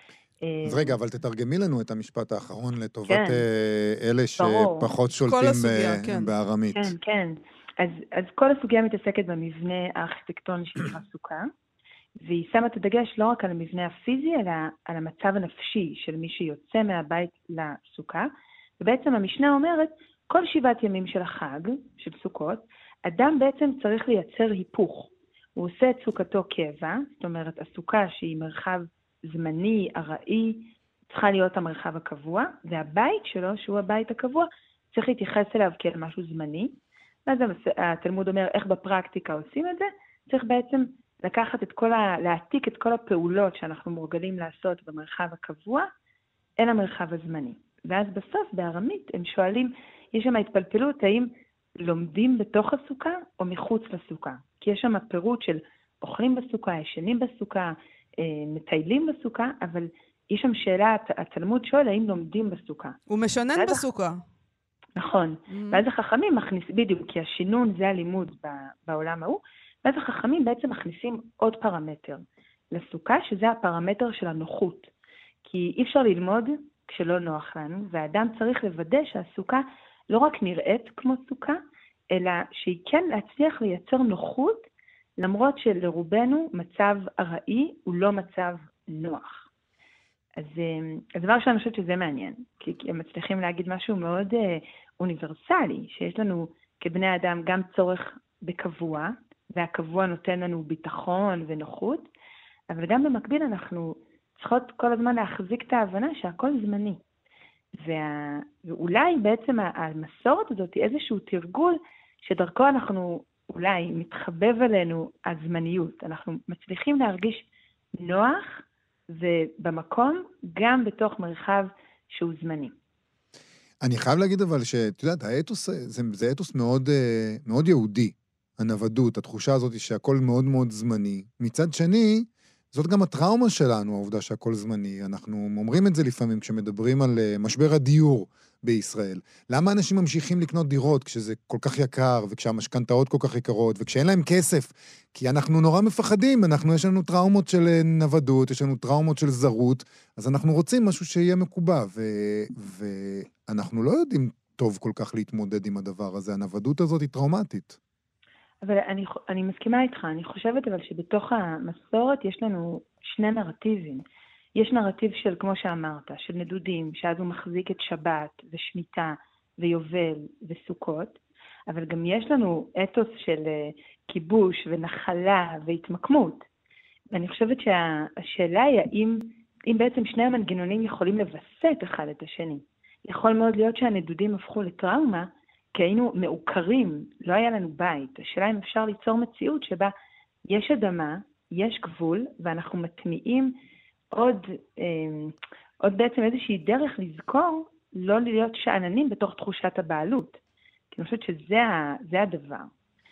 אז רגע, אבל תתרגמי לנו את המשפט האחרון לטובת אלה שפחות שולטים בארמית. כן, כן. אז כל הסוגיה מתעסקת במבנה הארכיטקטוני שנקרא סוכה, והיא שמה את הדגש לא רק על המבנה הפיזי, אלא על המצב הנפשי של מי שיוצא מהבית לסוכה, ובעצם המשנה אומרת, כל 7 ימים של החג, של סוכות, אדם בעצם צריך לייצר היפוך. הוא עושה את סוכתו קבע, זאת אומרת, הסוכה שהיא מרחב זמני, ארעי, צריכה להיות המרחב הקבוע, והבית שלו, שהוא הבית הקבוע, צריך להתייחס אליו כאל משהו זמני. ואז התלמוד אומר איך בפרקטיקה עושים את זה, צריך בעצם לקחת להעתיק את כל הפעולות שאנחנו מורגלים לעשות במרחב הקבוע, אל המרחב הזמני. ואז בסוף, בארמית, הם שואלים, יש שם התפלפלות, האם לומדים בתוך הסוכה או מחוץ לסוכה? כי יש שם פירוט של אוכלים בסוכה, ישנים בסוכה, מטיילים בסוכה, אבל יש שם שאלה, התלמוד שואל, האם לומדים בסוכה? הוא משנן בסוכה. נכון. ואז החכמים בדיוק, כי השינון זה הלימוד בעולם ההוא, ואז החכמים בעצם מכניסים עוד פרמטר לסוכה, שזה הפרמטר של הנוחות. כי אי אפשר ללמוד כשלא נוח לנו, והאדם צריך לוודא שהסוכה לא רק נראית כמו סוכה, אלא שהיא כן להצליח לייצר נוחות, למרות שלרובנו מצב ארעי הוא לא מצב נוח. אז הדבר שאני חושבת שזה מעניין, כי הם מצליחים להגיד משהו מאוד אוניברסלי, שיש לנו כבני אדם גם צורך בקבוע, והקבוע נותן לנו ביטחון ונוחות, אבל גם במקביל אנחנו צריכות כל הזמן להחזיק את ההבנה שהכל זמני. ואולי בעצם המסורת הזאת היא איזשהו תרגול שדרכו אנחנו אולי מתחבב עלינו הזמניות. אנחנו מצליחים להרגיש נוח ובמקום גם בתוך מרחב שהוא זמני. אני חייב להגיד אבל שאת יודעת, האתוס, זה אתוס מאוד, מאוד יהודי, הנוודות, התחושה הזאת שהכל מאוד מאוד זמני. מצד שני, זאת גם הטראומה שלנו, העובדה שהכל זמני. אנחנו אומרים את זה לפעמים כשמדברים על משבר הדיור בישראל. למה אנשים ממשיכים לקנות דירות כשזה כל כך יקר, וכשהמשכנתאות כל כך יקרות, וכשאין להם כסף? כי אנחנו נורא מפחדים, יש לנו טראומות של נוודות, יש לנו טראומות של זרות, אז אנחנו רוצים משהו שיהיה מקובע, ואנחנו לא יודעים טוב כל כך להתמודד עם הדבר הזה. הנוודות הזאת היא טראומטית. אבל אני מסכימה איתך, אני חושבת אבל שבתוך המסורת יש לנו שני נרטיבים. יש נרטיב של, כמו שאמרת, של נדודים, שאז הוא מחזיק את שבת ושמיטה ויובל וסוכות, אבל גם יש לנו אתוס של כיבוש ונחלה והתמקמות. ואני חושבת שהשאלה היא אם בעצם שני המנגנונים יכולים לבסט אחד את השני. יכול מאוד להיות שהנדודים הפכו לטראומה, כי היינו מעוקרים, לא היה לנו בית. השאלה אם אפשר ליצור מציאות שבה יש אדמה, יש גבול, ואנחנו מטמיעים עוד בעצם איזושהי דרך לזכור לא להיות שעננים בתוך תחושת הבעלות. כי אני חושבת שזה הדבר.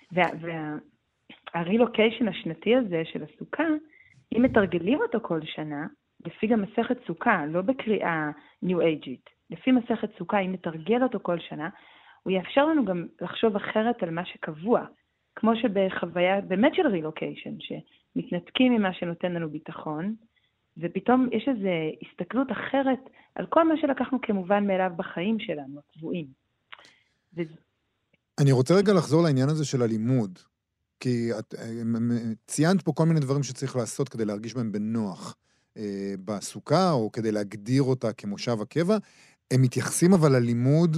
והרילוקיישן השנתי הזה של הסוכה, אם מתרגלים אותו כל שנה, לפי גם מסכת סוכה, לא בקריאה ניו אייג'ית, לפי מסכת סוכה, אם נתרגל אותו כל שנה, הוא יאפשר לנו גם לחשוב אחרת על מה שקבוע, כמו שבחוויה באמת של רילוקיישן, שמתנתקים ממה שנותן לנו ביטחון, ופתאום יש איזו הסתכלות אחרת על כל מה שלקחנו כמובן מאליו בחיים שלנו, הקבועים. אני רוצה רגע לחזור לעניין הזה של הלימוד, כי את ציינת פה כל מיני דברים שצריך לעשות כדי להרגיש בהם בנוח בסוכה, או כדי להגדיר אותה כמושב הקבע. הם מתייחסים אבל ללימוד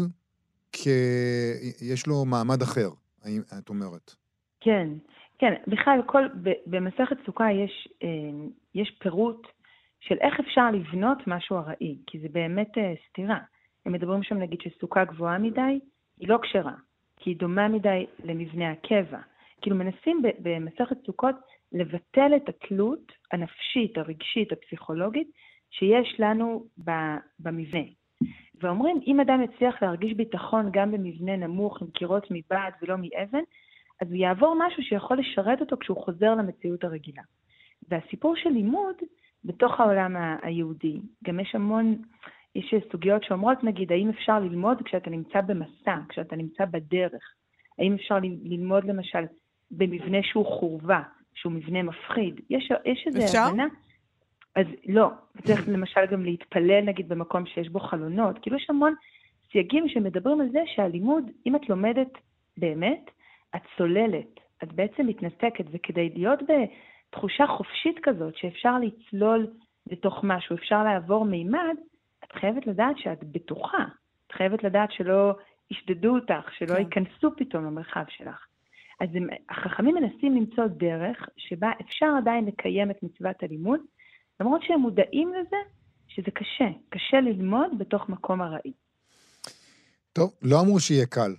יש לו מעמד אחר, את אומרת. כן, כן. בכלל, במסכת סוכה יש פירוט של איך אפשר לבנות משהו ארעי, כי זה באמת סתירה. הם מדברים שם נגיד שסוכה גבוהה מדי, היא לא כשרה, כי היא דומה מדי למבנה הקבע. כאילו מנסים במסכת סוכות לבטל את התלות הנפשית, הרגשית, הפסיכולוגית, שיש לנו במבנה. ואומרים, אם אדם יצליח להרגיש ביטחון גם במבנה נמוך, עם קירות מבעד ולא מאבן, אז הוא יעבור משהו שיכול לשרת אותו כשהוא חוזר למציאות הרגילה. והסיפור של לימוד, בתוך העולם היהודי, גם יש סוגיות שאומרות, נגיד, האם אפשר ללמוד כשאתה נמצא במסע, כשאתה נמצא בדרך? האם אפשר ללמוד למשל במבנה שהוא חורבה, שהוא מבנה מפחיד? יש איזה הבנה? אז לא, צריך למשל גם להתפלל נגיד במקום שיש בו חלונות, כאילו יש המון סייגים שמדברים על זה שהלימוד, אם את לומדת באמת, את צוללת, את בעצם מתנתקת, וכדי להיות בתחושה חופשית כזאת, שאפשר לצלול לתוך משהו, אפשר לעבור מימד, את חייבת לדעת שאת בטוחה, את חייבת לדעת שלא ישדדו אותך, שלא ייכנסו פתאום למרחב שלך. אז החכמים מנסים למצוא דרך שבה אפשר עדיין לקיים את מצוות הלימוד, למרות שהם מודעים לזה שזה קשה ללמוד בתוך מקום ארעי. טוב, לא אמרו שיהיה קל.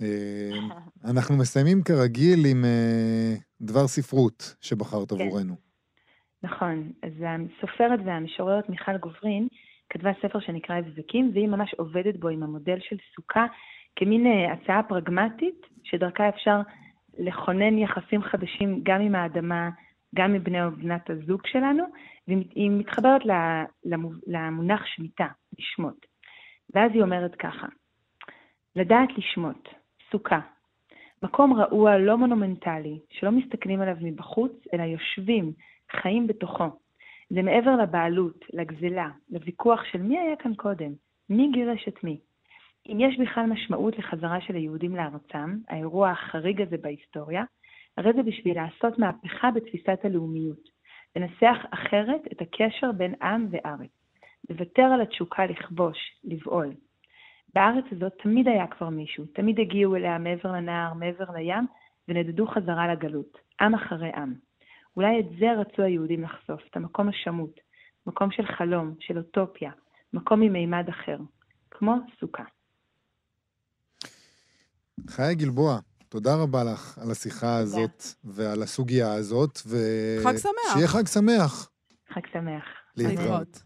אנחנו מסיימים כרגיל עם דבר ספרות שבחרת עבורנו. נכון, אז הסופרת והמשוררת מיכל גוברין כתבה ספר שנקרא הבזקים, והיא ממש עובדת בו עם המודל של סוכה, כמין הצעה פרגמטית, שדרכה אפשר לכונן יחסים חדשים גם עם האדמה, גם מבני ובנת הזוג שלנו, והיא מתחברת למונח שמיטה, לשמות. ואז היא אומרת ככה, לדעת לשמות, סוכה, מקום רעוע לא מונומנטלי, שלא מסתכלים עליו מבחוץ, אלא יושבים, חיים בתוכו. זה מעבר לבעלות, לגזלה, לוויכוח של מי היה כאן קודם, מי גירש את מי. אם יש בכלל משמעות לחזרה של היהודים לארצם, האירוע החריג הזה בהיסטוריה, הרי זה בשביל לעשות מהפכה בתפיסת הלאומיות, לנסח אחרת את הקשר בין עם וארץ, לוותר על התשוקה לכבוש, לבעול. בארץ הזאת תמיד היה כבר מישהו, תמיד הגיעו אליה מעבר לנהר, מעבר לים, ונדדו חזרה לגלות, עם אחרי עם. אולי את זה רצו היהודים לחשוף, את המקום השמות, מקום של חלום, של אוטופיה, מקום ממימד אחר, כמו סוכה. חיי גלבוע, תודה רבה לך על השיחה הזאת ועל הסוגיה הזאת. חג שמח. שיהיה חג שמח. חג שמח. להתראות.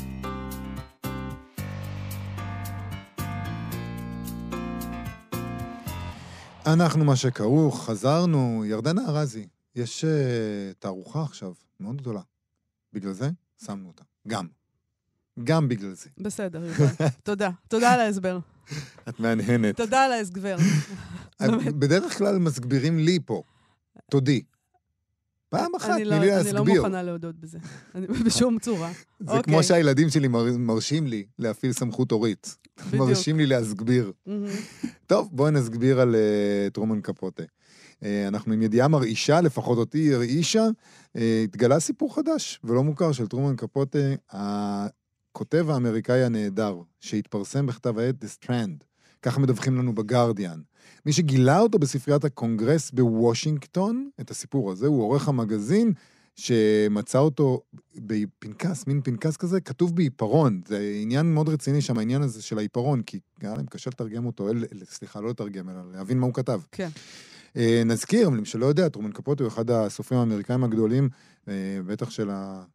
אנחנו מה שכרוך, חזרנו, ירדנה ארזי, יש תערוכה עכשיו, מאוד גדולה. בגלל זה שמנו אותה. גם בגלל זה. בסדר, יובל. תודה על ההסבר. את מעניינת. תודה על ההסגבר. בדרך כלל מסגבירים לי פה. תודי. פעם אחת, תני לי להסביר. אני לא מוכנה להודות בזה. בשום צורה. זה כמו שהילדים שלי מרשים לי להפעיל סמכות הורית. מרשים לי להסביר. טוב, בואי נסביר על טרומן קפוטה. אנחנו עם ידיעה מרעישה, לפחות אותי הרעישה, התגלה סיפור חדש ולא מוכר של טרומן קפוטה, הכותב האמריקאי הנהדר, שהתפרסם בכתב העת The Strand. ככה מדווחים לנו בגרדיאן. מי שגילה אותו בספריית הקונגרס בוושינגטון, את הסיפור הזה, הוא עורך המגזין, שמצא אותו בפנקס, מין פנקס כזה, כתוב בעיפרון. זה עניין מאוד רציני שם, העניין הזה של העיפרון, כי הם קשה לתרגם אותו, סליחה, לא לתרגם, אלא להבין מה הוא כתב. כן. נזכיר, למי שלא יודע, טרומן קפוטה הוא אחד הסופרים האמריקאים הגדולים, בטח של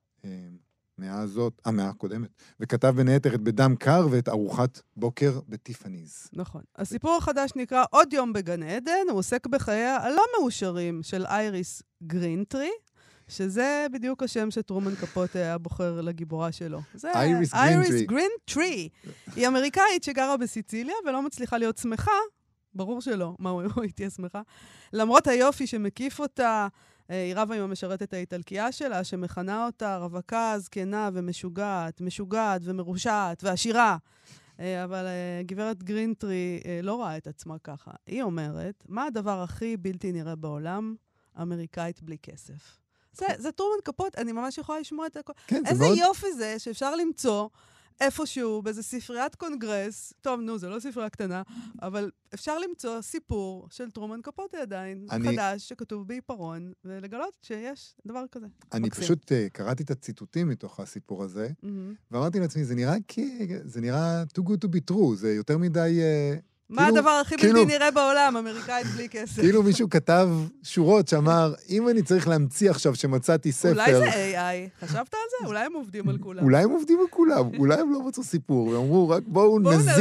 המאה הקודמת, וכתב בין היתר את בדם קר ואת ארוחת בוקר בטיפניז. נכון. הסיפור החדש נקרא עוד יום בגן עדן, הוא עוסק בחייה הלא מאושרים של אייריס גרינטרי, שזה בדיוק השם שטרומן קפוטה היה בוחר לגיבורה שלו. אייריס גרינטרי. היא אמריקאית שגרה בסיציליה ולא מצליחה להיות שמחה, ברור שלא, מה היא תהיה שמחה, למרות היופי שמקיף אותה, היא רב היום משרתת האיטלקייה שלה, שמכנה אותה רווקה, זקנה ומשוגעת, משוגעת ומרושעת ועשירה. אבל גברת גרינטרי לא רואה את עצמה ככה. היא אומרת, מה הדבר הכי בלתי נראה בעולם? אמריקאית בלי כסף. זה טרומן קפוטה, אני ממש יכולה לשמוע את הכל. כן, איזה יופי זה שאפשר למצוא איפשהו, באיזה ספריית קונגרס, טוב, נו, זה לא ספרייה קטנה, אבל אפשר למצוא סיפור של טרומן קפוטה עדיין, חדש, שכתוב בעיפרון, ולגלות שיש דבר כזה. אני פשוט קראתי את הציטוטים מתוך הסיפור הזה, ואמרתי לעצמי, זה נראה too good to be true, זה יותר מדי... מה הדבר הכי בלתי נראה בעולם, אמריקאית בלי כסף? כאילו מישהו כתב שורות שאמר, אם אני צריך להמציא עכשיו שמצאתי ספר... אולי זה AI, חשבת על זה? אולי הם עובדים על כולם. אולי הם עובדים על כולם, אולי הם לא מצאו סיפור, ואמרו, רק בואו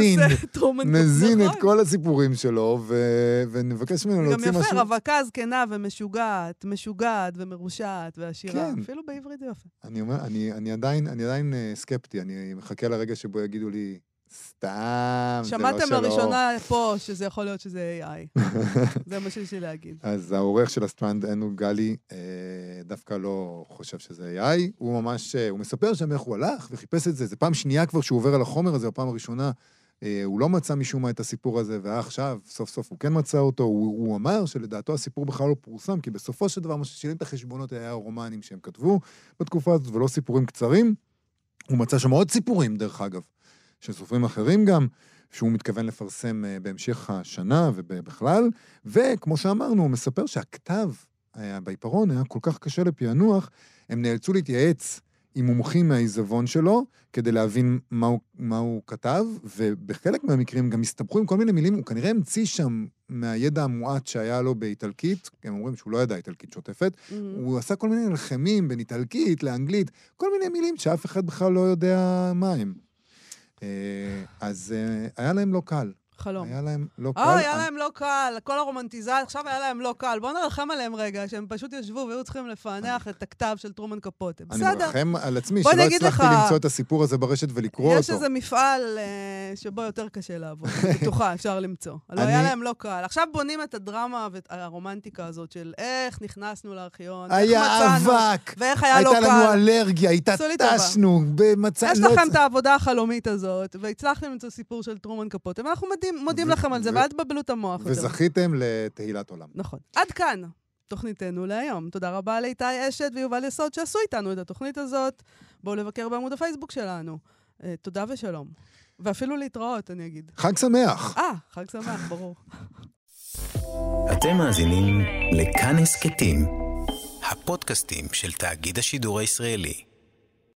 נזין את כל הסיפורים שלו, ונבקש ממנו להוציא משהו... גם יפה, רווקה, זקנה ומשוגעת, משוגעת ומרושעת ועשירה, אפילו בעברית זה יפה. אני אומר, אני עדיין סקפטי, אני מחכה לרגע שבו יגידו לי, סתם, זה לא שלו. שמעתם לראשונה פה שזה יכול להיות שזה AI. זה מה שיש לי להגיד. אז העורך של הסטרנד, אנו גלי, דווקא לא חושב שזה AI. הוא ממש, הוא מספר שם איך הוא הלך וחיפש את זה. זה פעם שנייה כבר שהוא עובר על החומר הזה, הפעם הראשונה, הוא לא מצא משום מה את הסיפור הזה, ועכשיו, סוף סוף הוא כן מצא אותו. הוא אמר שלדעתו הסיפור בכלל לא פורסם, כי בסופו של דבר מה ששילם את החשבונות היה הרומנים שהם כתבו בתקופה הזאת, ולא סיפורים קצרים. הוא מצא שם עוד סיפורים, דרך אגב. של סופרים אחרים גם, שהוא מתכוון לפרסם בהמשך השנה ובכלל, וכמו שאמרנו, הוא מספר שהכתב בעיפרון היה כל כך קשה לפענוח, הם נאלצו להתייעץ עם מומחים מהעיזבון שלו, כדי להבין מה הוא כתב, ובחלק מהמקרים גם הסתבכו עם כל מיני מילים, הוא כנראה המציא שם מהידע המועט שהיה לו באיטלקית, הם אומרים שהוא לא ידע איטלקית שוטפת, הוא עשה כל מיני לחמים בין איטלקית לאנגלית, כל מיני מילים שאף אחד בכלל לא יודע מה הם. אז היה להם לא קל. חלום. היה להם לא קל. היה להם לא קל, כל הרומנטיזציה, עכשיו היה להם לא קל. בואו נרחם עליהם רגע, שהם פשוט ישבו והיו צריכים לפענח את הכתב של טרומן קפוטה. בסדר. אני מרחם על עצמי, שלא הצלחתי למצוא את הסיפור הזה ברשת ולקרוא אותו. יש איזה מפעל שבו יותר קשה לעבוד. בטוחה, אפשר למצוא. לא היה להם לא קל. עכשיו בונים את הדרמה והרומנטיקה הזאת של איך נכנסנו לארכיון, היה אבק, ואיך היה לא קל. הייתה לנו אלרגיה, התעטשנו. יש לכם את העבודה החלומית הזאת, והצלחתם למצוא סיפור של טרומן קפוטה, ואנחנו מודים לכם על זה, ואל תבלבלו את המוח. וזכיתם לתהילת עולם. נכון. עד כאן תוכניתנו להיום. תודה רבה לאיתי אשת ויובל יסוד שעשו איתנו את התוכנית הזאת. בואו לבקר בעמוד הפייסבוק שלנו. תודה ושלום. ואפילו להתראות, אני אגיד. חג שמח. חג שמח, ברור. אתם מאזינים לכאן הסכתים, הפודקאסטים של תאגיד השידור הישראלי.